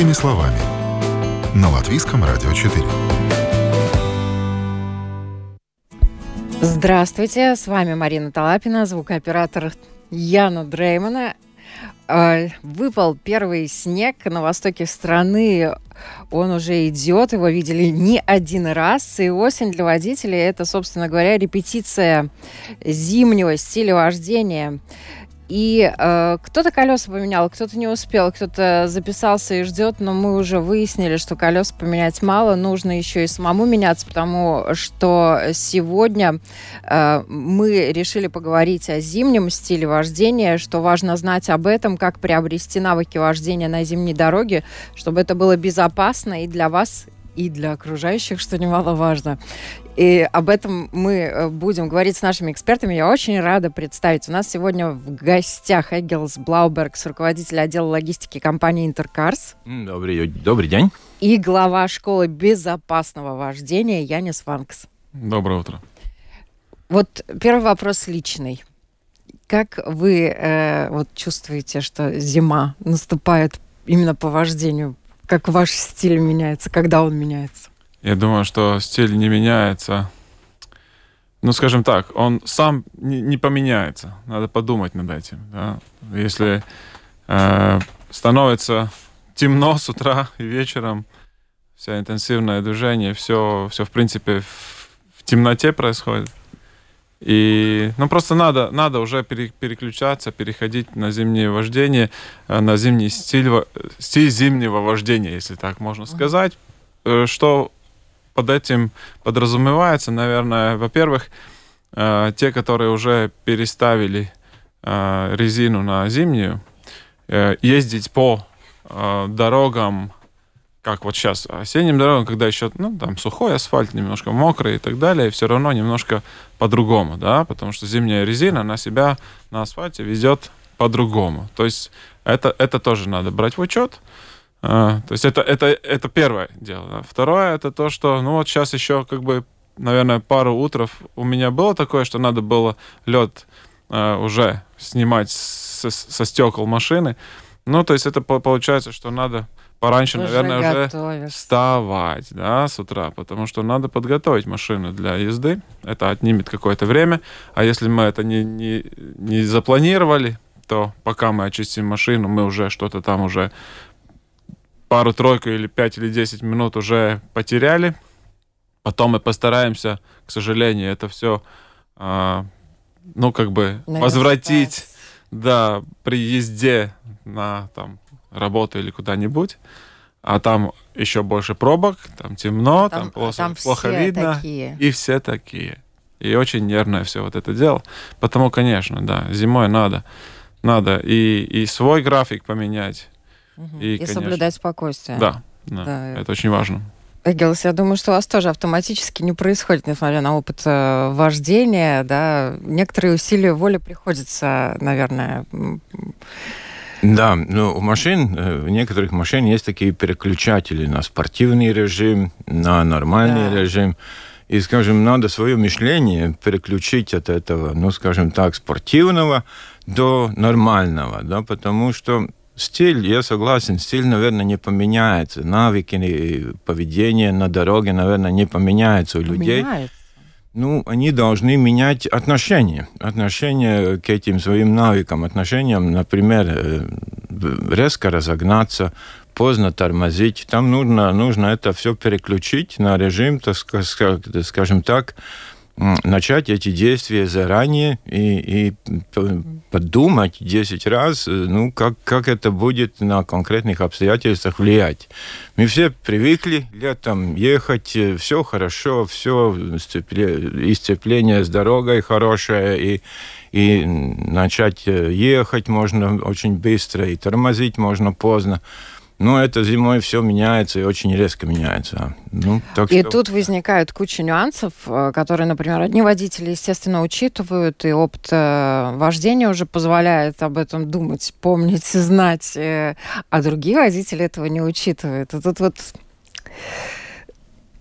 Простыми словами. На Латвийском радио 4. Здравствуйте, с вами Марина Талапина, звукооператор Яна Дреймана. Выпал первый снег на востоке страны. Он уже идет, его видели не один раз. И осень для водителей – это, собственно говоря, репетиция зимнего стиля вождения. И кто-то колеса поменял, кто-то не успел, кто-то записался и ждет, но мы уже выяснили, что колеса поменять мало, нужно еще и самому меняться, потому что сегодня мы решили поговорить о зимнем стиле вождения, что важно знать об этом, как приобрести навыки вождения на зимней дороге, чтобы это было безопасно и для вас, и для окружающих, что немаловажно. И об этом мы будем говорить с нашими экспертами. Я очень рада представить. У нас сегодня в гостях Эгилс Блаубергс, руководитель отдела логистики компании Интеркарс. Добрый день. И глава школы безопасного вождения Янис Ванкс. Доброе утро. Вот первый вопрос личный. Как вы чувствуете, что зима наступает именно по вождению? Как ваш стиль меняется? Когда он меняется? Я думаю, что стиль не меняется. Ну, скажем так, он сам не поменяется. Надо подумать над этим. Да? Если становится темно с утра и вечером, вся интенсивное движение, все в принципе, в темноте происходит. И, просто надо уже переключаться, переходить на зимнее вождение, на зимний стиль зимнего вождения, если так можно сказать. Что под этим подразумевается, наверное, во-первых, те, которые уже переставили резину на зимнюю, ездить по дорогам, как вот сейчас, осенним дорогам, когда еще там сухой асфальт, немножко мокрый и так далее, все равно немножко по-другому, да, потому что зимняя резина на себя на асфальте везет по-другому. То есть это тоже надо брать в учет. То есть это первое дело. Да. Второе, это то, что, сейчас еще, наверное, пару утров у меня было такое, что надо было лед уже снимать со стекол машины. То есть это получается, что надо пораньше, наверное, уже вставать, да, с утра, потому что надо подготовить машину для езды. Это отнимет какое-то время. А если мы это не запланировали, то пока мы очистим машину, мы уже что-то там уже пару-тройку или 5 или 10 минут уже потеряли. Потом мы постараемся, к сожалению, это все, возвратить, да, при езде на работу или куда-нибудь. А там еще больше пробок, там темно, там плохо видно. Такие. И все такие. И очень нервное все вот это дело. Потому, конечно, да, зимой надо и свой график поменять. И конечно, соблюдать спокойствие. Да, это очень важно. Эгилс, я думаю, что у вас тоже автоматически не происходит, несмотря на опыт вождения, да, некоторые усилия воли приходится, наверное. Да, у некоторых машин есть такие переключатели на спортивный режим, на нормальный режим. И, скажем, надо свое мышление переключить от этого, спортивного до нормального, да, потому что стиль, я согласен, стиль, наверное, не поменяется. Навыки поведения на дороге, наверное, не поменяются у людей. Они должны менять отношение к этим своим навыкам, отношениям, например, резко разогнаться, поздно тормозить. Там нужно это все переключить на режим, скажем так, начать эти действия заранее и подумать 10 раз, как это будет на конкретных обстоятельствах влиять. Мы все привыкли летом ехать, все хорошо, все сцепление с дорогой хорошее, и начать ехать можно очень быстро, и тормозить можно поздно. Это зимой все меняется и очень резко меняется. Тут возникают куча нюансов, которые, например, одни водители, естественно, учитывают, и опыт вождения уже позволяет об этом думать, помнить, знать, а другие водители этого не учитывают. И тут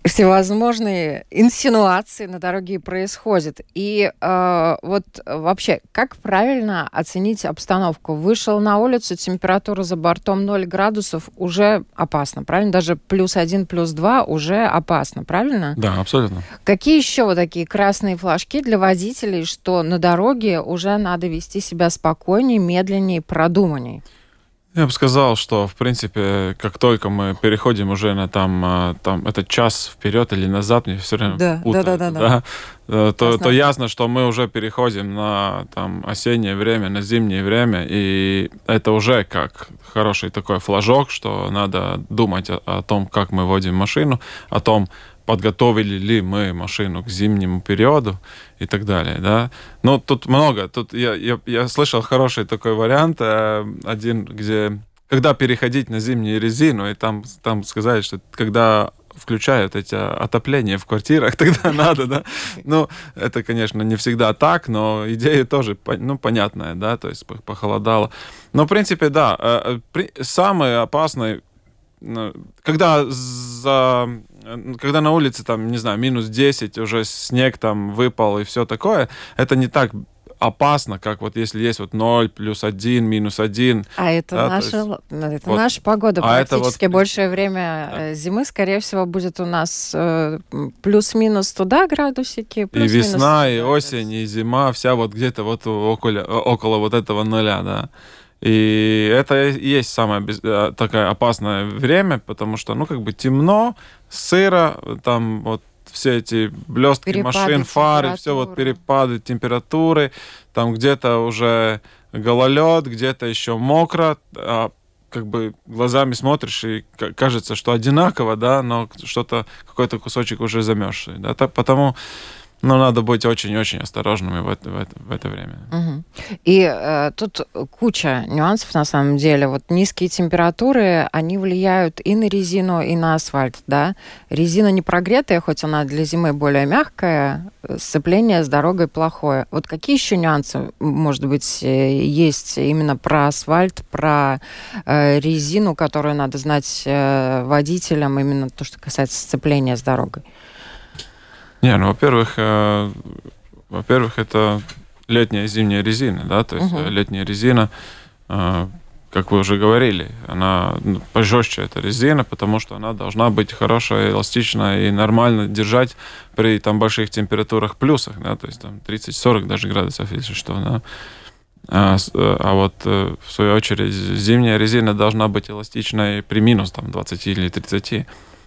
всевозможные инсинуации на дороге происходят. И вот вообще, как правильно оценить обстановку? Вышел на улицу, температура за бортом 0 градусов, уже опасно, правильно? Даже +1, +2 уже опасно, правильно? Да, абсолютно. Какие еще вот такие красные флажки для водителей, что на дороге уже надо вести себя спокойнее, медленнее, продуманнее? Я бы сказал, что, в принципе, как только мы переходим уже на там этот час вперед или назад, мне все время путает, то ясно, что мы уже переходим на там осеннее время, на зимнее время, и это уже как хороший такой флажок, что надо думать о том, как мы водим машину, о том, подготовили ли мы машину к зимнему периоду и так далее, да. Но тут много. Тут я слышал хороший такой вариант, один, где когда переходить на зимнюю резину, и там сказали, что когда включают эти отопления в квартирах, тогда надо, да. Ну, это, конечно, не всегда так, но идея тоже, понятная, да, то есть похолодало. Но, в принципе, да, самый опасный, когда на улице, там, не знаю, -10, уже снег там выпал и все такое, это не так опасно, как вот если есть вот 0, +1, -1. А это, да, наша погода. Практически большее время зимы, скорее всего, будет у нас плюс-минус туда градусики. И весна, и осень, и зима, вся вот где-то вот около вот этого 0, да. И это и есть самое такое опасное время, потому что, темно, сыро, там вот все эти блестки машин, фары, все вот перепады температуры, там где-то уже гололед, где-то еще мокро, глазами смотришь, и кажется, что одинаково, да, но какой-то кусочек уже замерзший, да, потому... Но надо быть очень-очень осторожными в это время. Угу. И тут куча нюансов на самом деле. Вот низкие температуры, они влияют и на резину, и на асфальт, да. Резина не прогретая, хоть она для зимы более мягкая, сцепление с дорогой плохое. Вот какие еще нюансы, может быть, есть именно про асфальт, про резину, которую надо знать водителям, именно то, что касается сцепления с дорогой? Во-первых, это летняя и зимняя резина, да, то есть летняя резина, как вы уже говорили, она пожестче, эта резина, потому что она должна быть хорошая, эластичная и нормально держать при там больших температурах плюсах, да, то есть там 30-40 даже градусов, если что, да. А вот, в свою очередь, зимняя резина должна быть эластичной при минус там 20 или 30.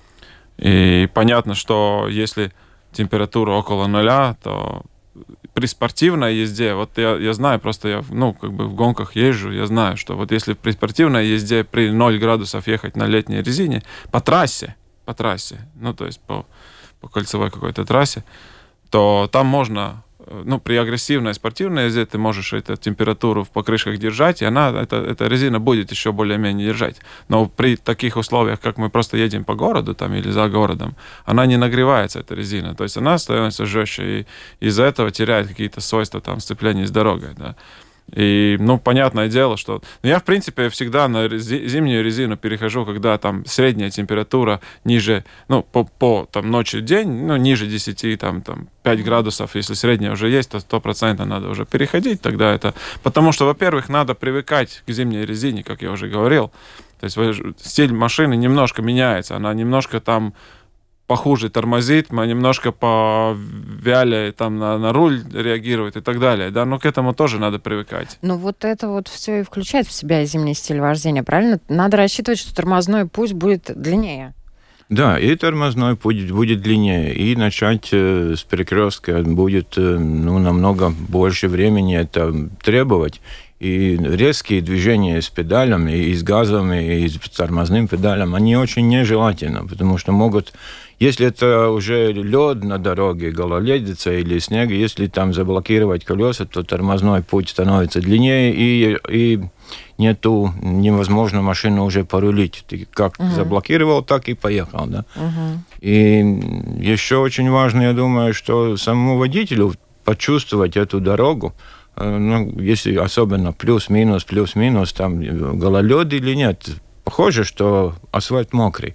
И понятно, что если температура около 0, то при спортивной езде, вот я знаю, просто я в гонках езжу, я знаю, что вот если при спортивной езде при 0 градусов ехать на летней резине по трассе, то есть по кольцевой какой-то трассе, то там можно, при агрессивной спортивной езде ты можешь эту температуру в покрышках держать, и эта резина будет еще более-менее держать. Но при таких условиях, как мы просто едем по городу там, или за городом, она не нагревается, эта резина. То есть она становится жестче, и из-за этого теряет какие-то свойства там, сцепления с дорогой. Да. И, понятное дело, что... Я, в принципе, всегда на зимнюю резину перехожу, когда там средняя температура ниже, по там, ночи день, ниже 10, там 5 градусов. Если средняя уже есть, то 100% надо уже переходить. Тогда это... Потому что, во-первых, надо привыкать к зимней резине, как я уже говорил. То есть стиль машины немножко меняется. Она немножко там похуже тормозит, немножко повялее там на руль реагирует и так далее, да, но к этому тоже надо привыкать. Вот это вот все и включает в себя зимний стиль вождения, правильно? Надо рассчитывать, что тормозной путь будет длиннее. Да, и тормозной путь будет длиннее, и начать с перекрестка будет намного больше времени это требовать. И резкие движения с педалями, и с газом, и с тормозным педалем, они очень нежелательны, потому что могут, если это уже лед на дороге, гололедица или снег, если там заблокировать колеса, то тормозной путь становится длиннее, и невозможно машину уже порулить. Ты как заблокировал, так и поехал, да. И еще очень важно, я думаю, что самому водителю почувствовать эту дорогу, если особенно плюс-минус, там гололед или нет, похоже, что асфальт мокрый.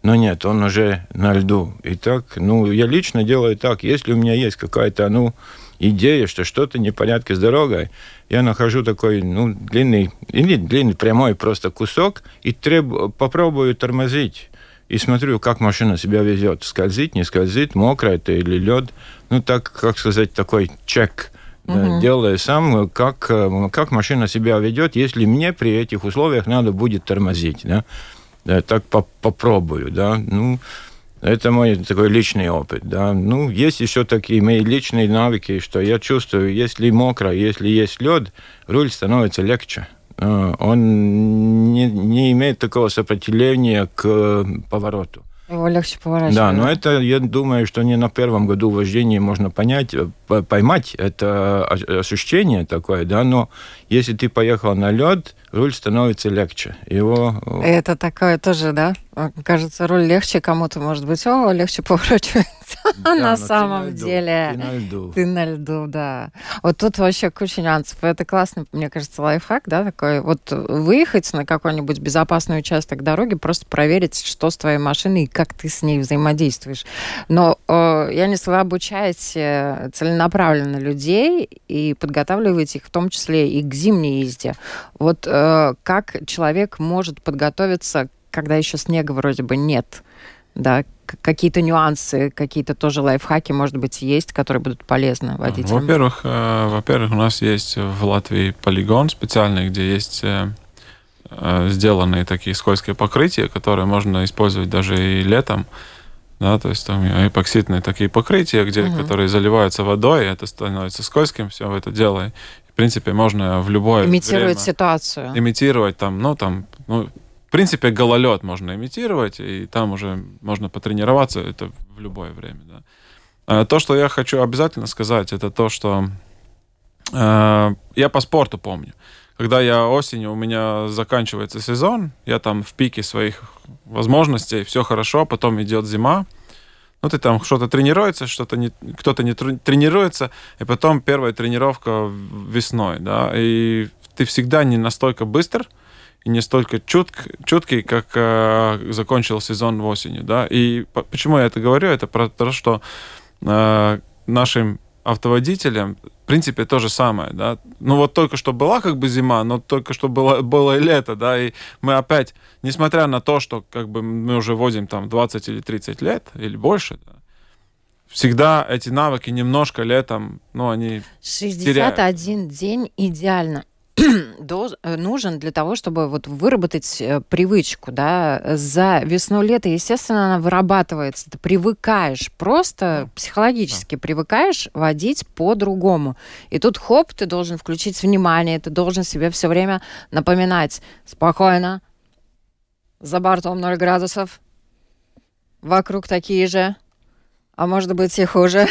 но нет, он уже на льду. И так, я лично делаю так, если у меня есть какая-то, идея, что что-то не в порядке с дорогой, я нахожу такой, длинный, или длинный, прямой просто кусок и попробую тормозить. И смотрю, как машина себя везет. Скользит, не скользит, мокро это или лед. Так, как сказать, такой чек. Да, делаю сам, как машина себя ведет, если мне при этих условиях надо будет тормозить. Да, так попробую. Да. Это мой такой личный опыт. Да. Есть еще такие мои личные навыки, что я чувствую, если мокро, если есть лед, руль становится легче. Он не имеет такого сопротивления к повороту. Его легче поворачивать. Да, но это, я думаю, что не на первом году вождения можно поймать это ощущение такое, да, но если ты поехал на лед, руль становится легче. Это такое тоже, да? Кажется, руль легче кому-то, может быть, легче поворачивается. Да, на самом деле ты на льду, да. Вот тут вообще куча нюансов. Это классный, мне кажется, лайфхак, да, такой. Вот выехать на какой-нибудь безопасный участок дороги, просто проверить, что с твоей машиной и как ты с ней взаимодействуешь. Но если вы обучаете целенаправленно людей и подготавливаете их в том числе и к зимней езде, вот как человек может подготовиться, когда еще снега вроде бы нет, да, какие-то нюансы, какие-то тоже лайфхаки, может быть, есть, которые будут полезны водителям? Во-первых, у нас есть в Латвии полигон специальный, где есть сделанные такие скользкие покрытия, которые можно использовать даже и летом. Да, то есть там эпоксидные такие покрытия, которые заливаются водой, это становится скользким, все это дело. В принципе, можно в любое имитировать время ситуацию. Имитировать в принципе, гололед можно имитировать, и там уже можно потренироваться, это в любое время. Да. То, что я хочу обязательно сказать, это то, что я по спорту помню. Когда осенью у меня заканчивается сезон, я там в пике своих возможностей, все хорошо, потом идет зима, ты там что-то тренируется, кто-то не тренируется, и потом первая тренировка весной, да, и ты всегда не настолько быстр и не столько чуткий, как закончил сезон осенью, да. И почему я это говорю? Это про то, что нашим автоводителям, в принципе, то же самое, да. Только что была как бы зима, но только что было и лето, да, и мы опять, несмотря на то, что как бы мы уже возим там 20 или 30 лет, или больше, да, всегда эти навыки немножко летом, они 61 теряют. День идеально нужен для того, чтобы выработать привычку, да, за весну-лето, естественно, она вырабатывается, ты привыкаешь, просто психологически привыкаешь водить по-другому. И тут ты должен включить внимание, ты должен себе все время напоминать: спокойно, за бортом 0 градусов, вокруг такие же, а может быть и хуже.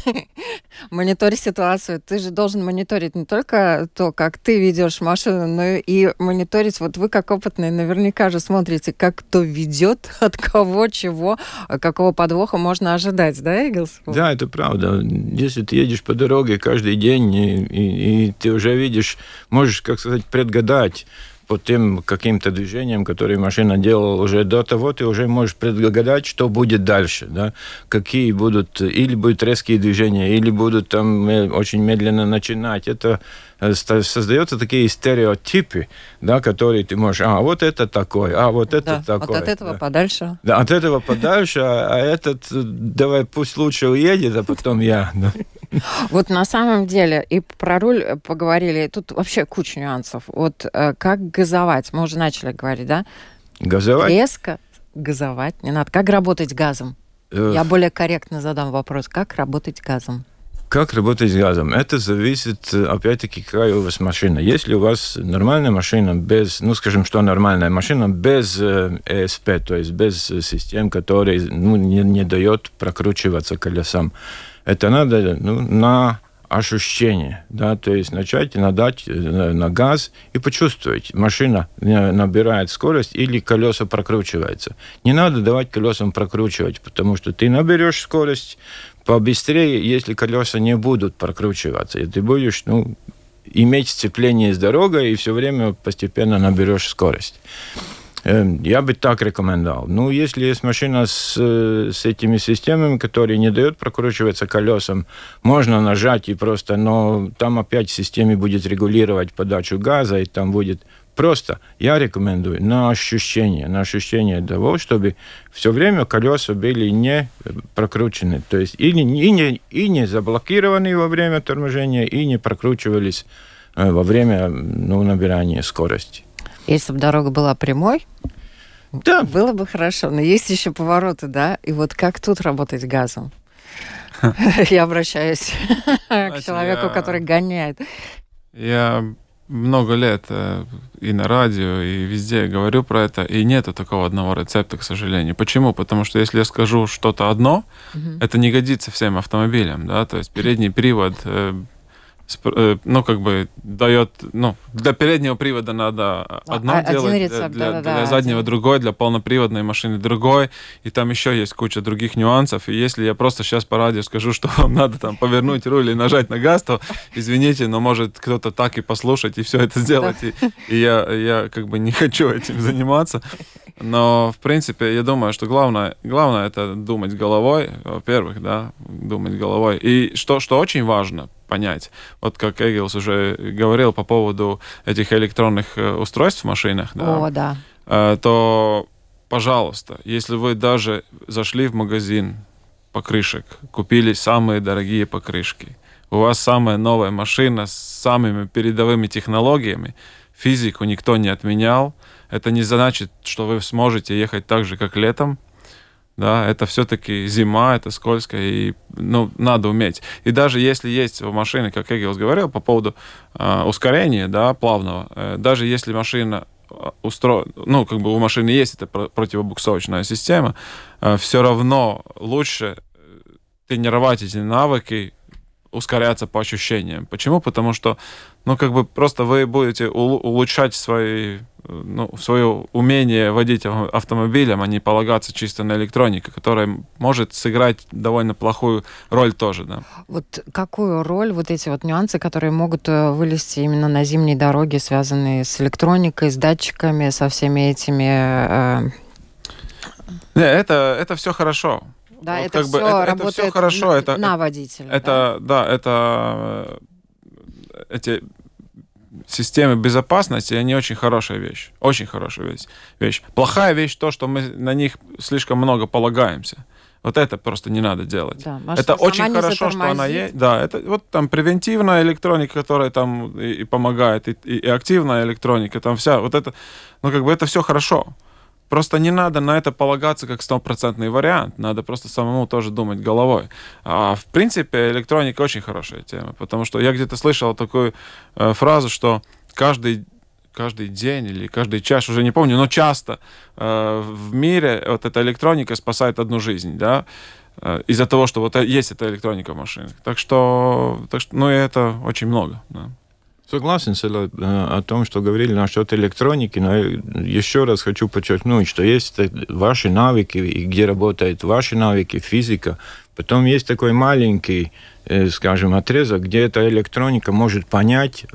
Мониторь ситуацию. Ты же должен мониторить не только то, как ты ведешь машину, но и мониторить. Вы, как опытные, наверняка же смотрите, как кто ведет, от кого, чего, какого подвоха можно ожидать, да, Игорс? Да, это правда. Если ты едешь по дороге каждый день, и ты уже видишь, можешь, как сказать, предгадать по тем каким-то движениям, которые машина делала уже до того, ты уже можешь предугадать, что будет дальше, да? Какие будут, или будут резкие движения, или будут там очень медленно начинать. Это создаются такие стереотипы, да, которые ты можешь, вот это такое, вот это такое. Вот от этого подальше. Да, от этого подальше, а этот, давай пусть лучше уедет, а потом я. Да. На самом деле, и про руль поговорили, тут вообще куча нюансов. Как газовать, мы уже начали говорить, да? Газовать? Резко газовать не надо. Как работать газом? Я более корректно задам вопрос. Как работать газом? Как работать с газом? Это зависит, опять-таки, какая у вас машина. Если у вас нормальная машина без, скажем, что нормальная машина без ЭСП, то есть без систем, которые не дают прокручиваться колесам, это надо на ощущение, да, то есть начать надать на газ и почувствовать, машина набирает скорость или колеса прокручиваются. Не надо давать колесам прокручивать, потому что ты наберешь скорость побыстрее, если колеса не будут прокручиваться, и ты будешь, иметь сцепление с дорогой и все время постепенно наберешь скорость. Я бы так рекомендовал. Ну, если есть машина с этими системами, которые не дают прокручиваться колесам, можно нажать и просто, но там опять в системе будет регулировать подачу газа, и там будет просто, я рекомендую на ощущение того, чтобы все время колеса были не прокручены, то есть и не заблокированы во время торможения, и не прокручивались во время набирания скорости. Если бы дорога была прямой, да, было бы хорошо. Но есть еще повороты, да? И вот как тут работать газом? Я обращаюсь к человеку, который гоняет. Я много лет и на радио, и везде говорю про это, и нету такого одного рецепта, к сожалению. Почему? Потому что если я скажу что-то одно, это не годится всем автомобилям, да, то есть передний привод, дает, для переднего привода надо одно делать, рецепт, для заднего другой, для полноприводной машины другой, и там еще есть куча других нюансов, и если я просто сейчас по радио скажу, что вам надо там повернуть руль и нажать на газ, то, извините, но может кто-то так и послушать, и все это сделать, и я как бы не хочу этим заниматься, но, в принципе, я думаю, что главное это думать головой, во-первых, да, думать головой, и что очень важно понять. Вот как Эгилс уже говорил по поводу этих электронных устройств в машинах, да, то, пожалуйста, если вы даже зашли в магазин покрышек, купили самые дорогие покрышки, у вас самая новая машина с самыми передовыми технологиями, физику никто не отменял, это не значит, что вы сможете ехать так же, как летом. Да, это все-таки зима, это скользко, и надо уметь. И даже если есть в машине, как Эгилс говорил, по поводу ускорения, да, плавного, даже если машина у машины есть эта противобуксовочная система, все равно лучше тренировать эти навыки, ускоряться по ощущениям. Почему? Потому что, просто вы будете улучшать свое умение водить автомобилем, а не полагаться чисто на электронику, которая может сыграть довольно плохую роль тоже, да. Вот какую роль вот эти вот нюансы, которые могут вылезти именно на зимней дороге, связанные с электроникой, с датчиками, со всеми этими... Это все хорошо. Да, вот это все работает все хорошо. на водителя. Эти системы безопасности, они очень хорошая вещь. Очень хорошая вещь. Плохая вещь то, что мы на них слишком много полагаемся. Вот это просто не надо делать. Да, это очень хорошо, что она есть. Да, это вот там превентивная электроника, которая там и помогает, и активная электроника, там вся. Вот это, это все хорошо. Просто не надо на это полагаться как 100% вариант. Надо просто самому тоже думать головой. А в принципе электроника очень хорошая тема, потому что я где-то слышал такую фразу, что каждый день или каждый час, уже не помню, но часто в мире вот эта электроника спасает одну жизнь, да, из-за того, что вот есть эта электроника в машинах. Так что это очень много, да. Согласен о том, что говорили насчет электроники, но еще раз хочу подчеркнуть, что есть ваши навыки, и где работают ваши навыки, физика. Потом есть такой маленький, скажем, отрезок, где эта электроника может помочь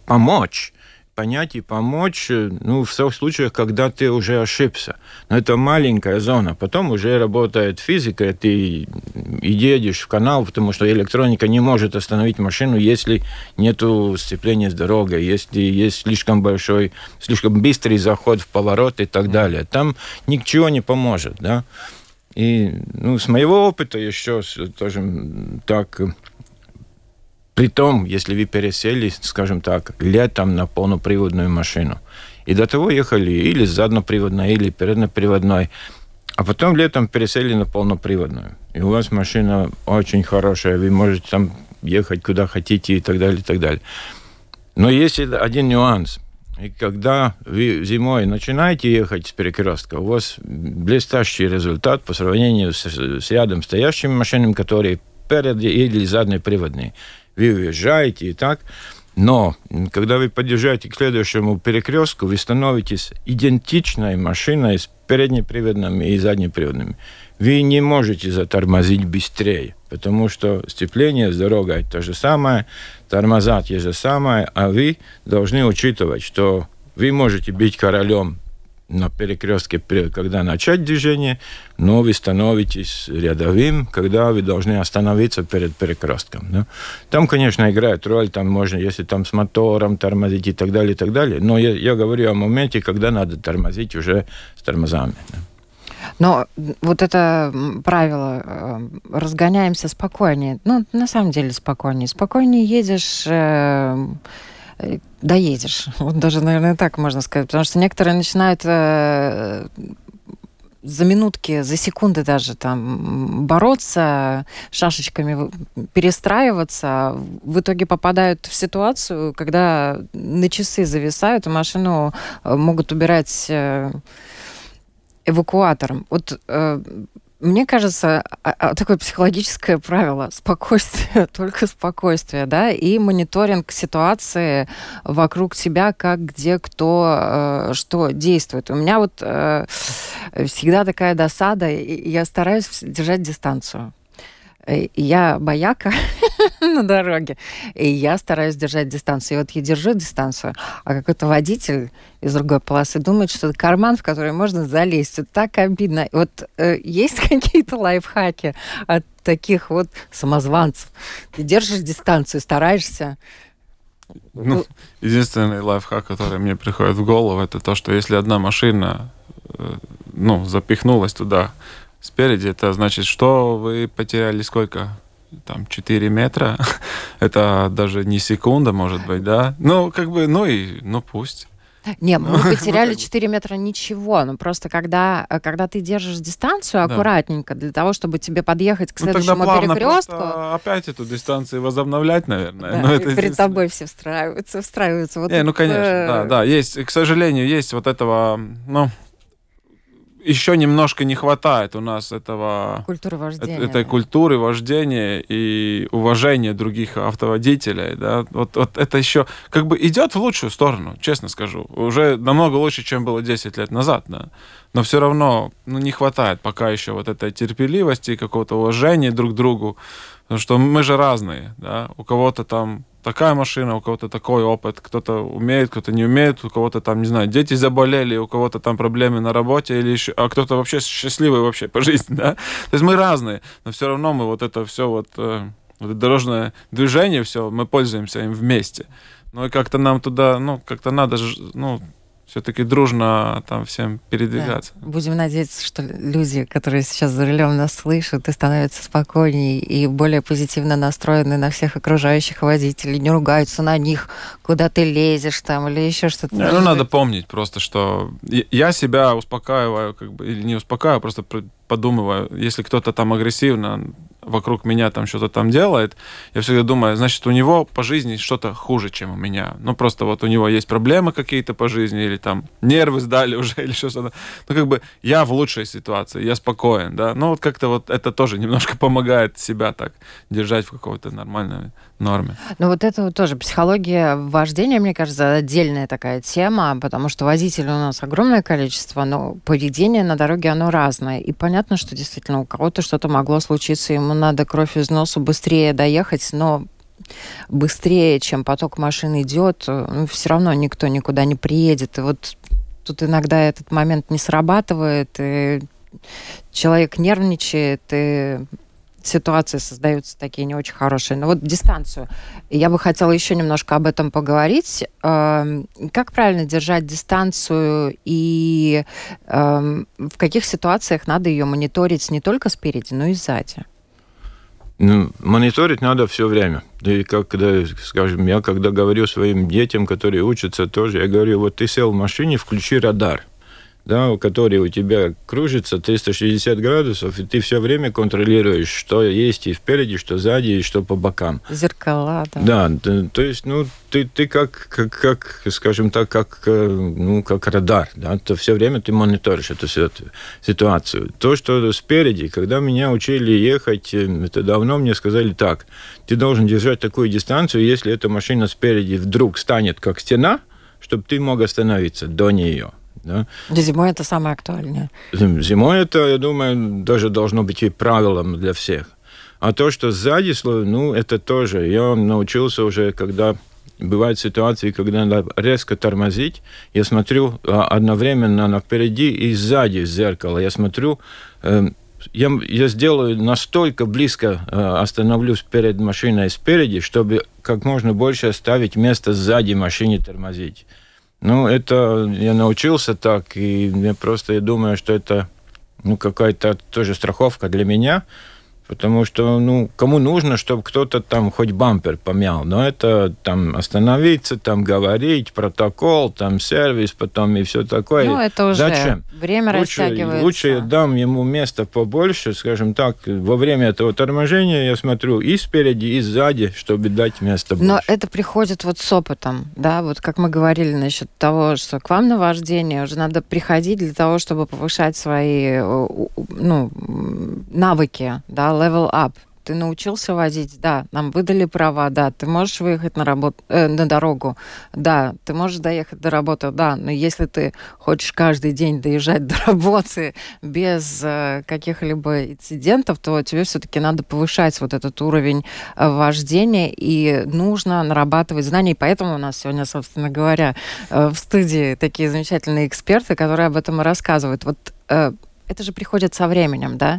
в тех случаях, когда ты уже ошибся. Но это маленькая зона. Потом уже работает физика, ты едешь в канал, потому что электроника не может остановить машину, если нет сцепления с дорогой, если есть слишком быстрый заход в поворот и так далее. Там ничего не поможет, да. И, с моего опыта еще тоже так... Притом, если вы пересели, скажем так, летом на полноприводную машину, и до того ехали или заднеприводной, или переднеприводной, а потом летом пересели на полноприводную, и у вас машина очень хорошая, вы можете там ехать куда хотите и так далее, и так далее. Но есть один нюанс. И когда вы зимой начинаете ехать с перекрестка, у вас блестящий результат по сравнению с рядом стоящими машинами, которые перед или заднеприводные. Вы уезжаете и так, но когда вы подъезжаете к следующему перекрестку, вы становитесь идентичной машиной с переднеприводными и заднеприводными. Вы не можете затормозить быстрее, потому что сцепление с дорогой то же самое, тормоза те же самое, а вы должны учитывать, что вы можете быть королем на перекрестке, когда начать движение, но вы становитесь рядовым, когда вы должны остановиться перед перекрестком. Да? Там, конечно, играет роль, там можно, если там с мотором тормозить и так далее, и так далее. Но я говорю о моменте, когда надо тормозить уже с тормозами. Да? Но вот это правило, разгоняемся спокойнее. Ну, на самом деле спокойнее. Спокойнее едешь, доедешь. Вот даже, наверное, так можно сказать. Потому что некоторые начинают за минутки, за секунды даже там бороться, шашечками перестраиваться. В итоге попадают в ситуацию, когда на часы зависают, и машину могут убирать эвакуатором. Вот мне кажется, такое психологическое правило — спокойствие, только спокойствие, да, и мониторинг ситуации вокруг тебя, как, где, кто, что действует. У меня вот всегда такая досада, и я стараюсь держать дистанцию. Я бояка на дороге, и я стараюсь держать дистанцию. И вот я держу дистанцию, а какой-то водитель из другой полосы думает, что это карман, в который можно залезть. Это так обидно. И вот есть какие-то лайфхаки от таких вот самозванцев? Ты держишь дистанцию, стараешься... Ну, единственный лайфхак, который мне приходит в голову, это то, что если одна машина запихнулась туда спереди, это значит, что вы потеряли сколько? Там 4 метра. Это даже не секунда, может быть, да? Ну, пусть. Не, мы потеряли 4 метра, ничего. Ну, просто когда ты держишь дистанцию аккуратненько, для того, чтобы тебе подъехать к следующему перекрестку... опять эту дистанцию возобновлять, наверное. Да, это перед тобой все встраиваются. Вот конечно, да. Есть, к сожалению, есть вот этого... Еще немножко не хватает у нас этого... Культуры вождения. Этой культуры вождения и уважения других автоводителей. Да? Вот это еще как бы идет в лучшую сторону, честно скажу. Уже намного лучше, чем было 10 лет назад. Да? Но все равно не хватает пока еще вот этой терпеливости, какого-то уважения друг к другу. Потому что мы же разные. Да? У кого-то там такая машина, у кого-то такой опыт, кто-то умеет, кто-то не умеет, у кого-то там, не знаю, дети заболели, у кого-то там проблемы на работе, а кто-то вообще счастливый вообще по жизни, да? То есть мы разные, но все равно мы вот это все вот дорожное движение, все, мы пользуемся им вместе. Ну и как-то нам туда, как-то надо, все-таки дружно там всем передвигаться. Да. Будем надеяться, что люди, которые сейчас за рулем нас слышат, и становятся спокойнее и более позитивно настроены на всех окружающих водителей, не ругаются на них, куда ты лезешь там или еще что-то. Надо помнить просто, что я себя успокаиваю, или не успокаиваю, просто подумываю, если кто-то там агрессивно вокруг меня там что-то там делает, я всегда думаю, значит, у него по жизни что-то хуже, чем у меня. Просто вот у него есть проблемы какие-то по жизни, или там нервы сдали уже, или что-то. Я в лучшей ситуации, я спокоен, да. Вот как-то вот это тоже немножко помогает себя так держать в какой-то нормальной норме. Вот это вот тоже психология вождения, мне кажется, отдельная такая тема, потому что водителей у нас огромное количество, но поведение на дороге, оно разное. И понятно, что действительно у кого-то что-то могло случиться, ему надо кровь из носу быстрее доехать, но быстрее, чем поток машин идет, все равно никто никуда не приедет. И вот тут иногда этот момент не срабатывает, и человек нервничает, и ситуации создаются такие не очень хорошие. Но вот дистанцию. Я бы хотела еще немножко об этом поговорить. Как правильно держать дистанцию и в каких ситуациях надо ее мониторить не только спереди, но и сзади? Мониторить надо все время. И я когда говорю своим детям, которые учатся тоже, я говорю, вот ты сел в машине, включи радар, да, который у тебя кружится 360 градусов, и ты все время контролируешь, что есть и впереди, что сзади, и что по бокам. Зеркала, да. Да, то есть, ты как, скажем так, как радар, да, то все время ты мониторишь эту ситуацию. То, что спереди, когда меня учили ехать, это давно мне сказали так, ты должен держать такую дистанцию, если эта машина спереди вдруг станет как стена, чтобы ты мог остановиться до нее. Да? Зимой это самое актуальное. Зимой это, я думаю, даже должно быть и правилом для всех. А то, что сзади, это тоже. Я научился уже, когда бывают ситуации, когда надо резко тормозить. Я смотрю одновременно впереди и сзади зеркало. Я смотрю, я сделаю настолько близко, остановлюсь перед машиной спереди, чтобы как можно больше оставить место сзади машине тормозить. Ну, это я научился так, и я думаю, что это какая-то тоже страховка для меня, потому что, кому нужно, чтобы кто-то там хоть бампер помял, но это там остановиться, там говорить, протокол, там сервис, потом и все такое. Ну, это уже зачем? Время растягивается. Лучше я дам ему место побольше, скажем так, во время этого торможения я смотрю и спереди, и сзади, чтобы дать место больше. Но это приходит вот с опытом, да, вот как мы говорили насчет того, что к вам на вождение уже надо приходить для того, чтобы повышать свои, навыки, да, level up. Ты научился водить, да, нам выдали права, да, ты можешь выехать на дорогу, да, ты можешь доехать до работы, да, но если ты хочешь каждый день доезжать до работы без каких-либо инцидентов, то тебе все-таки надо повышать вот этот уровень вождения, и нужно нарабатывать знания, и поэтому у нас сегодня, собственно говоря, в студии такие замечательные эксперты, которые об этом и рассказывают. Вот это же приходит со временем, да?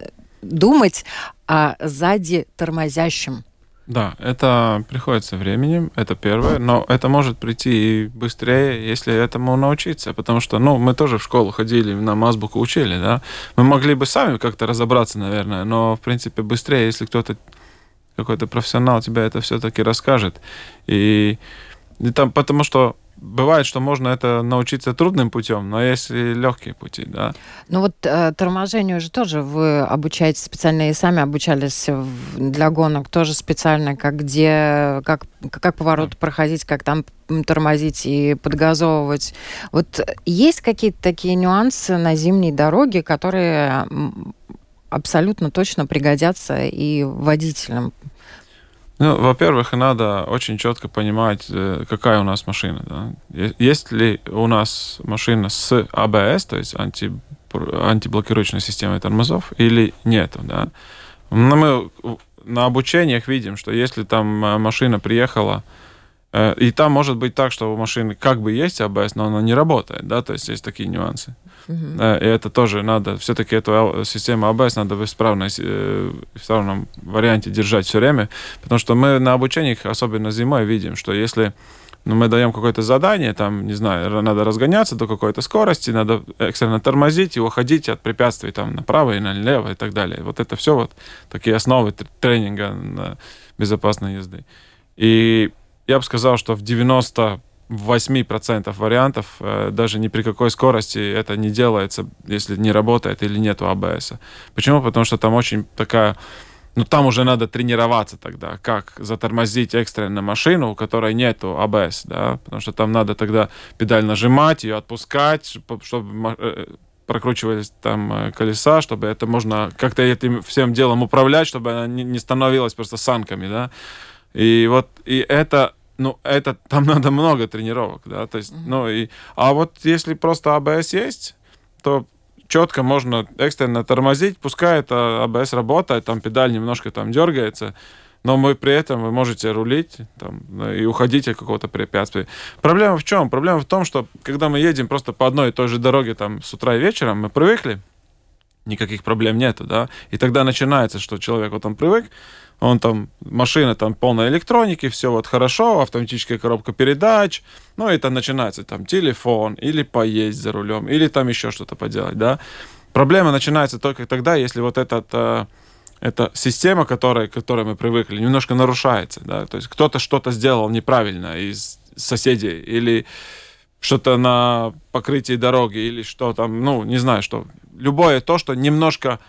Думать о сзади тормозящем. Да, это приходит со временем, это первое, но это может прийти и быстрее, если этому научиться, потому что, мы тоже в школу ходили, нам азбуку учили, да, мы могли бы сами как-то разобраться, наверное, но, в принципе, быстрее, если кто-то, какой-то профессионал тебе это все-таки расскажет, и там, потому что бывает, что можно это научиться трудным путем, но есть и легкие пути, да. Ну вот торможению же тоже вы обучаетесь специально, и сами обучались для гонок тоже специально, как повороты проходить, как там тормозить и подгазовывать. Вот есть какие-то такие нюансы на зимней дороге, которые абсолютно точно пригодятся и водителям? Во-первых, надо очень четко понимать, какая у нас машина. Да? Есть ли у нас машина с АБС, то есть антиблокирующей системой тормозов, или нету. Да? Мы на обучениях видим, что если там машина приехала, и там может быть так, что у машины как бы есть АБС, но она не работает, да, то есть есть такие нюансы. И это тоже надо, все-таки эту систему АБС надо в исправном варианте держать все время, потому что мы на обучениях, особенно зимой, видим, что если мы даем какое-то задание, там, не знаю, надо разгоняться до какой-то скорости, надо экстренно тормозить и уходить от препятствий там направо и налево и так далее. Вот это все вот такие основы тренинга на безопасной езды. И я бы сказал, что в 98% вариантов даже ни при какой скорости это не делается, если не работает или нету АБС. Почему? Потому что там очень такая... там уже надо тренироваться тогда, как затормозить экстренно машину, у которой нету АБС, да, потому что там надо тогда педаль нажимать, ее отпускать, чтобы прокручивались там колеса, чтобы это можно как-то этим всем делом управлять, чтобы она не становилась просто санками, да. И это там надо много тренировок, да, то есть, а вот если просто АБС есть, то четко можно экстренно тормозить, пускай это АБС работает, там педаль немножко там дергается, но при этом вы можете рулить там, и уходить от какого-то препятствия. Проблема в чем? Проблема в том, что когда мы едем просто по одной и той же дороге там с утра и вечером, мы привыкли, никаких проблем нету, да, и тогда начинается, что человек вот он привык, машина там полная электроники, все вот хорошо, автоматическая коробка передач, и там начинается там телефон, или поесть за рулем, или там еще что-то поделать, да. Проблема начинается только тогда, если вот эта система, к которой мы привыкли, немножко нарушается, да, то есть кто-то что-то сделал неправильно из соседей, или что-то на покрытии дороги, или что там, не знаю, что. Любое то, что немножко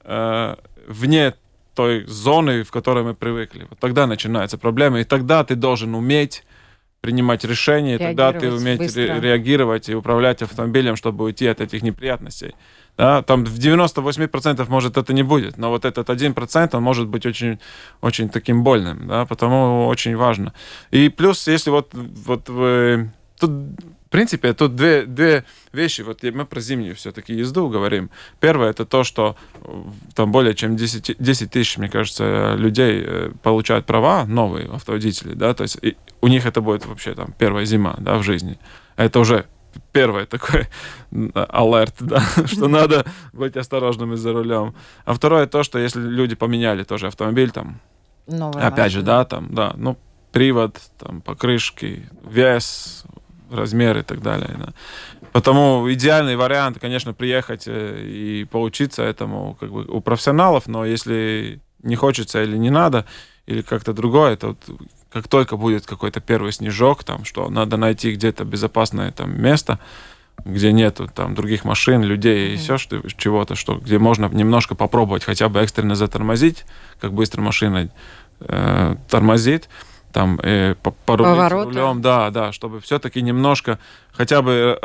вне той зоны, в которой мы привыкли. Вот тогда начинается проблема, и тогда ты должен уметь принимать решения, тогда ты уметь реагировать и управлять автомобилем, чтобы уйти от этих неприятностей. Да? Там в 98% может это не будет, но вот этот 1% он может быть очень, очень таким больным, да? Потому очень важно. И плюс, если вот вы... Тут В принципе, тут две вещи. Вот мы про зимнюю все-таки езду говорим. Первое, это то, что там более чем 10 тысяч, мне кажется, людей получают права, новые автоводители, да, то есть у них это будет вообще там первая зима, да, в жизни. Это уже первый такой алерт, да, что надо быть осторожными за рулем. А второе то, что если люди поменяли тоже автомобиль, там, Новая опять же, да, там, да, ну, привод, там, покрышки, вес, размер и так далее. Да. Потому идеальный вариант, конечно, приехать и поучиться этому как бы у профессионалов, но если не хочется или не надо, или как-то другое, то вот, как только будет какой-то первый снежок, там, что надо найти где-то безопасное там место, где нету там других машин, людей и еще чего-то, где можно немножко попробовать хотя бы экстренно затормозить, как быстро машина тормозит, там порулить рулем, да, чтобы все-таки немножко хотя бы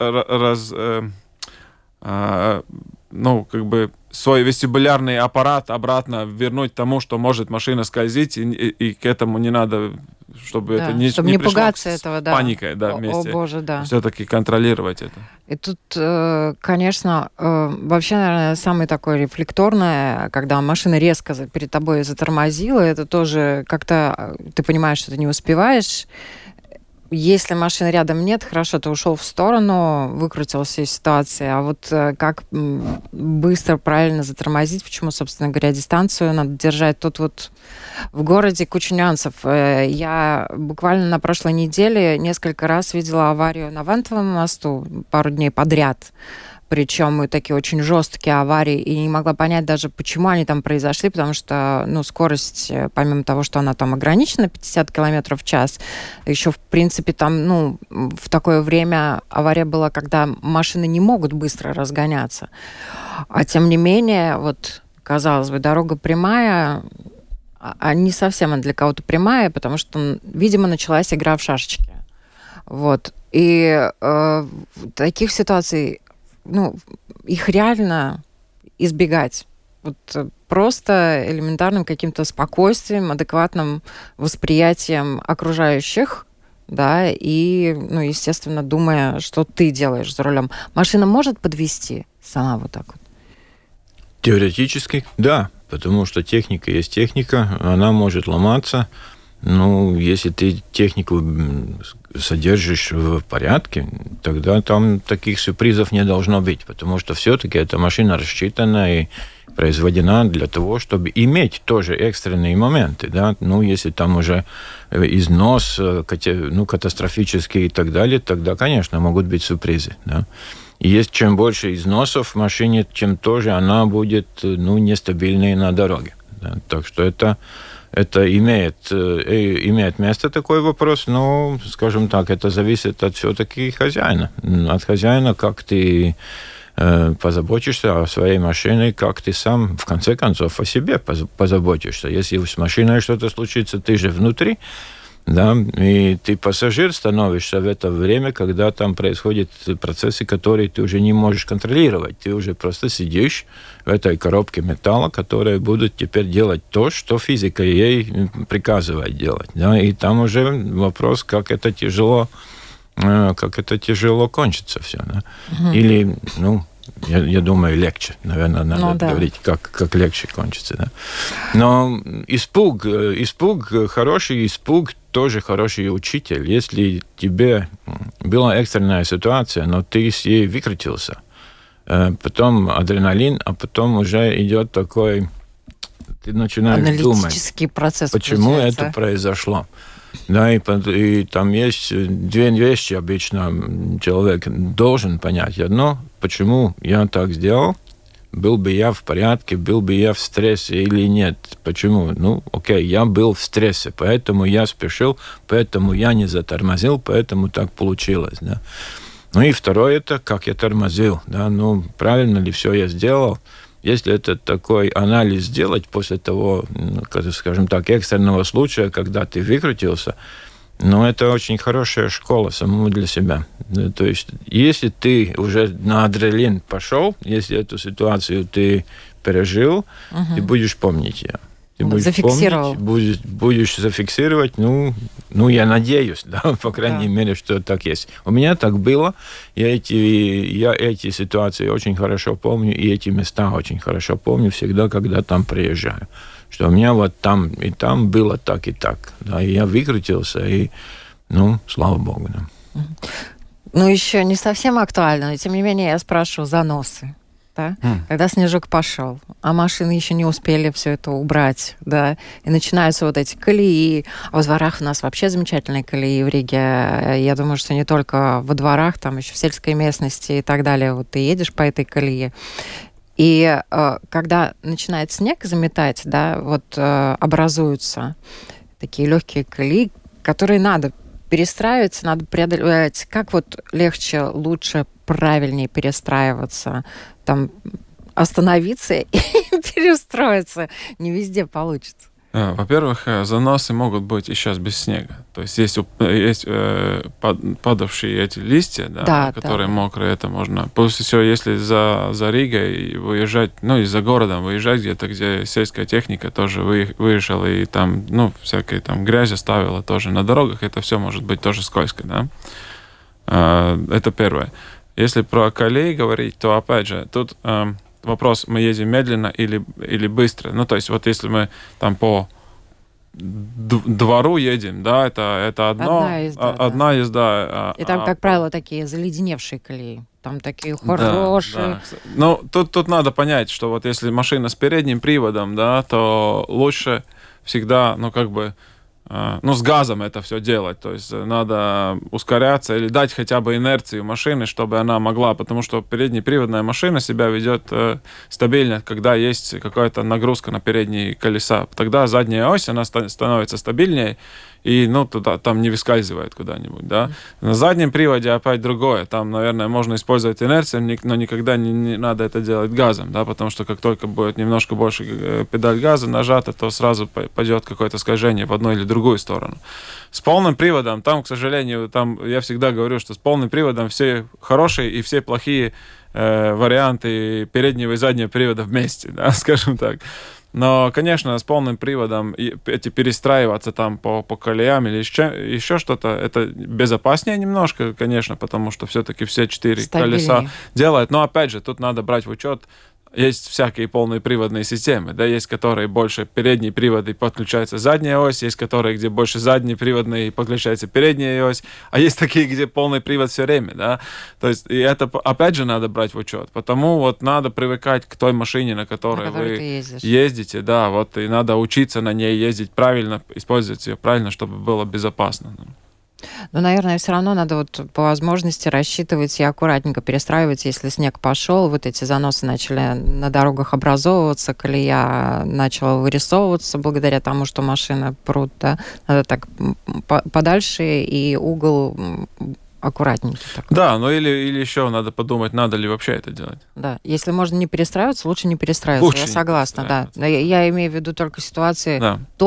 как бы свой вестибулярный аппарат обратно вернуть тому, что может машина скользить, и к этому не надо, чтобы это не пришло пугаться этого, да. Паникой, да, вместе. О, Боже, да. Все-таки контролировать это. И тут, конечно, вообще, наверное, самое такое рефлекторное, когда машина резко перед тобой затормозила, это тоже как-то ты понимаешь, что ты не успеваешь. Если машины рядом нет, хорошо, ты ушел в сторону, выкрутился из ситуации. А вот как быстро, правильно затормозить, почему, собственно говоря, дистанцию надо держать. Тут вот в городе куча нюансов. Я буквально на прошлой неделе несколько раз видела аварию на Вантовом мосту пару дней подряд. Причем такие очень жесткие аварии, и не могла понять даже, почему они там произошли, потому что, скорость, помимо того, что она там ограничена 50 км в час, еще, в принципе, там, в такое время авария была, когда машины не могут быстро разгоняться. А тем не менее, вот, казалось бы, дорога прямая, а не совсем она для кого-то прямая, потому что, видимо, началась игра в шашечки. Вот. И таких ситуаций их реально избегать. Вот просто элементарным каким-то спокойствием, адекватным восприятием окружающих, да, и, естественно, думая, что ты делаешь за рулем. Машина может подвести сама вот так вот? Теоретически, да, потому что техника есть техника, она может ломаться. Если ты технику содержишь в порядке, тогда там таких сюрпризов не должно быть, потому что все-таки эта машина рассчитана и произведена для того, чтобы иметь тоже экстренные моменты. Да? Если там уже износ катастрофический и так далее, тогда, конечно, могут быть сюрпризы. Да? И чем больше износов в машине, тем тоже она будет нестабильной на дороге. Да? Так что это имеет место такой вопрос, но, скажем так, это зависит от все-таки хозяина. От хозяина, как ты позаботишься о своей машине, как ты сам, в конце концов, о себе позаботишься. Если с машиной что-то случится, ты же внутри, да, и ты пассажир становишься в это время, когда там происходят процессы, которые ты уже не можешь контролировать. Ты уже просто сидишь в этой коробке металла, которые будут теперь делать то, что физика ей приказывает делать. Да, и там уже вопрос, как это тяжело кончится все. Да. Или, я думаю, легче. Наверное, надо говорить, как легче кончится. Да. Но испуг, хороший испуг, тоже хороший учитель. Если тебе была экстренная ситуация, но ты с ней выкрутился, потом адреналин, а потом уже идет такой... Ты начинаешь думать, процесс почему это произошло. Да, и там есть две вещи обычно человек должен понять. Одно, почему я так сделал, был бы я в порядке, был бы я в стрессе или нет. Почему? Окей, я был в стрессе, поэтому я спешил, поэтому я не затормозил, поэтому так получилось. Да. И второе, это как я тормозил. Да. Правильно ли все я сделал? Если это такой анализ сделать после того, скажем так, экстренного случая, когда ты выкрутился, это очень хорошая школа самому для себя. То есть, если ты уже на адреналин пошел, если эту ситуацию ты пережил, ты будешь помнить ее. Ты будешь зафиксировал. помнить, будешь зафиксировать, я надеюсь, да, по крайней мере, что так есть. У меня так было, я эти ситуации очень хорошо помню, и эти места очень хорошо помню всегда, когда там приезжаю. Что у меня вот там и там было так и так. Да, и я выкрутился, и, слава богу. Да. Еще не совсем актуально, но тем не менее я спрашиваю заносы. Да? Когда снежок пошел, а машины еще не успели все это убрать, да, и начинаются вот эти колеи. А во дворах у нас вообще замечательные колеи в Риге. Я думаю, что не только во дворах, там еще в сельской местности и так далее. Вот ты едешь по этой колее, и когда начинает снег заметать, да, вот образуются такие легкие колеи, которые надо перестраиваться, надо преодолевать. Как вот легче, лучше, правильнее перестраиваться, там остановиться и перестроиться? Не везде получится. Во-первых, заносы могут быть и сейчас без снега. То есть есть падавшие эти листья, да, которые мокрые, это можно. Плюс еще, если за Ригой выезжать, и за городом выезжать где-то, где сельская техника тоже выезжала, и там, всякие там грязь оставила тоже на дорогах, это все может быть тоже скользко, да. Это первое. Если про колеи говорить, то, опять же, тут вопрос, мы едем медленно или быстро. То есть вот если мы там по двору едем, да, это одна езда. И там, как правило, такие заледеневшие колеи. Там такие хорошие. Да. Тут надо понять, что вот если машина с передним приводом, да, то лучше всегда, с газом это все делать. То есть надо ускоряться или дать хотя бы инерцию машины, чтобы она могла, потому что переднеприводная машина себя ведет стабильно, когда есть какая-то нагрузка на передние колеса. Тогда задняя ось, она становится стабильнее, и там не выскальзывает куда-нибудь. Да? На заднем приводе опять другое. Там, наверное, можно использовать инерцию, но никогда не надо это делать газом, да? Потому что как только будет немножко больше педаль газа нажата, то сразу пойдет какое-то скольжение в одну или другую сторону. С полным приводом, там, к сожалению, я всегда говорю, что с полным приводом все хорошие и все плохие варианты переднего и заднего привода вместе, да? Скажем так. Но, конечно, с полным приводом перестраиваться там по колеям или еще что-то, это безопаснее немножко, конечно, потому что все-таки все 4 колеса делают. Но, опять же, тут надо брать в учет, есть всякие полные приводные системы, да, есть которые больше передние приводы, подключается задняя ось, есть которые, где больше задние приводные, подключается передняя ось, а есть такие, где полный привод все время, да, то есть и это, опять же, надо брать в учет, потому вот надо привыкать к той машине, на которой вы ездите, да, вот, и надо учиться на ней ездить правильно, использовать ее правильно, чтобы было безопасно. Но, наверное, все равно надо по возможности рассчитывать и аккуратненько перестраивать, если снег пошел, вот эти заносы начали на дорогах образовываться, колея начала вырисовываться благодаря тому, что машины прут, да, надо так подальше и угол аккуратненький. Такой. Да, или еще надо подумать, надо ли вообще это делать. Да, если можно не перестраиваться, лучше не перестраиваться, я согласна, да. Я имею в виду только ситуации,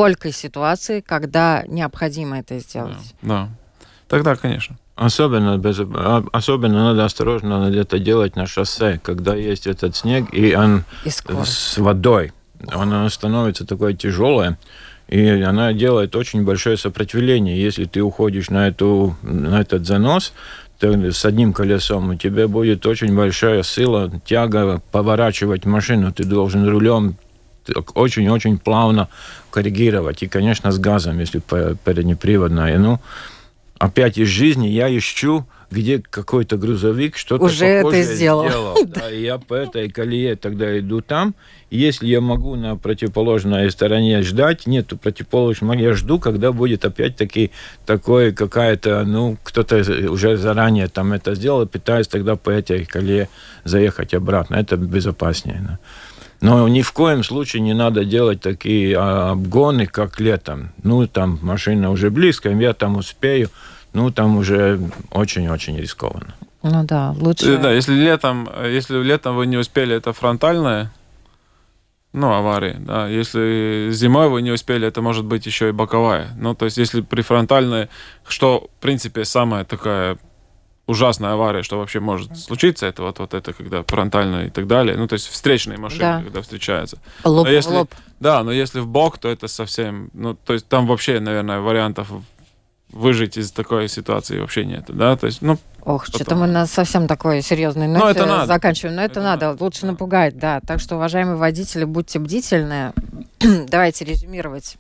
когда необходимо это сделать. Да. Тогда, конечно. Особенно надо осторожно это делать на шоссе, когда есть этот снег, и он с водой. Она становится такой тяжелой, и она делает очень большое сопротивление. Если ты уходишь на этот занос, то с одним колесом у тебя будет очень большая сила, тяга поворачивать машину. Ты должен рулем очень-очень плавно коррегировать. И, конечно, с газом, если переднеприводная. Опять из жизни я ищу, где какой-то грузовик что-то уже похожее это сделал. Да, и я по этой колее тогда иду там. Если я могу на противоположной стороне ждать, нету противоположной, я жду, когда будет опять-таки такое какая-то, кто-то уже заранее там это сделал, пытаюсь тогда по этой колее заехать обратно. Это безопаснее. Да. Но ни в коем случае не надо делать такие обгоны, как летом. Там машина уже близко, я там успею. Там уже очень-очень рискованно. Лучше... Да, если летом вы не успели, это фронтальная, авария. Да. Если зимой вы не успели, это может быть еще и боковая. То есть, если при фронтальной, что, в принципе, самая такая ужасная авария, что вообще может случиться, это вот это, когда фронтально и так далее. Ну, то есть встречные машины, когда встречаются. Лоб в лоб. Да, но если в бок, то это совсем... Ну, то есть там вообще, наверное, вариантов выжить из такой ситуации вообще нет, да, то есть, ну... Ох, что-то мы на совсем такой серьезной ноте заканчиваем. Но это надо, лучше напугать, да. Так что, уважаемые водители, будьте бдительны. Давайте резюмировать.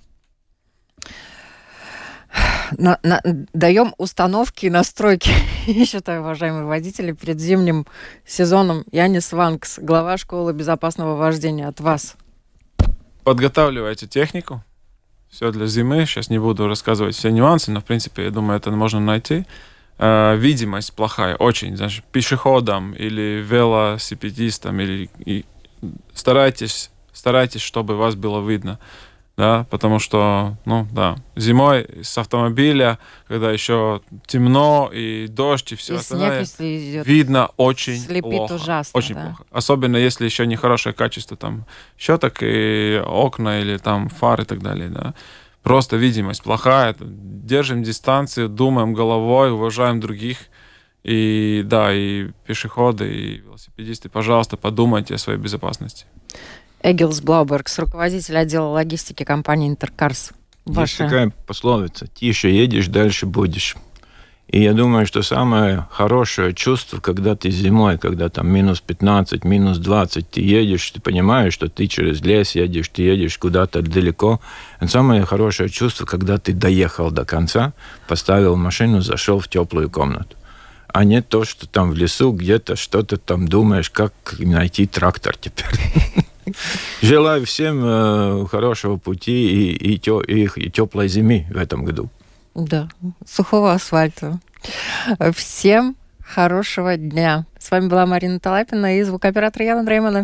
Даем установки и настройки, я считаю, уважаемые водители, перед зимним сезоном. Янис Ванкс, глава школы безопасного вождения, от вас. Подготавливайте технику. Все для зимы. Сейчас не буду рассказывать все нюансы, но, в принципе, я думаю, это можно найти. Видимость плохая, очень. Значит, пешеходам или велосипедистам, старайтесь, чтобы вас было видно. Да, потому что, ну, да, зимой с автомобиля, когда еще темно и дождь, и все остальное, видно очень плохо. Ужасно, очень плохо. Особенно, если еще нехорошее качество там щеток и окна или там фар и так далее, да. Просто видимость плохая. Держим дистанцию, думаем головой, уважаем других. И да, и пешеходы, и велосипедисты, пожалуйста, подумайте о своей безопасности. Эгилс Блаубергс, руководитель отдела логистики компании Интеркарс. Есть такая пословица: тише едешь, дальше будешь. И я думаю, что самое хорошее чувство, когда ты зимой, когда там минус 15, минус 20, ты едешь, ты понимаешь, что ты через лес едешь, ты едешь куда-то далеко. Это самое хорошее чувство, когда ты доехал до конца, поставил машину, зашел в теплую комнату. А не то, что там в лесу где-то что-то там думаешь, как найти трактор теперь. Желаю всем хорошего пути и теплой зимы в этом году. Да, сухого асфальта. Всем хорошего дня. С вами была Марина Талапина и звукооператор Яна Дреймана.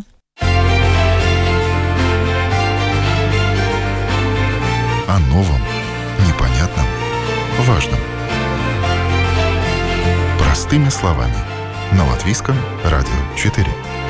О новом, непонятном, важном. Простыми словами. На Латвийском радио 4.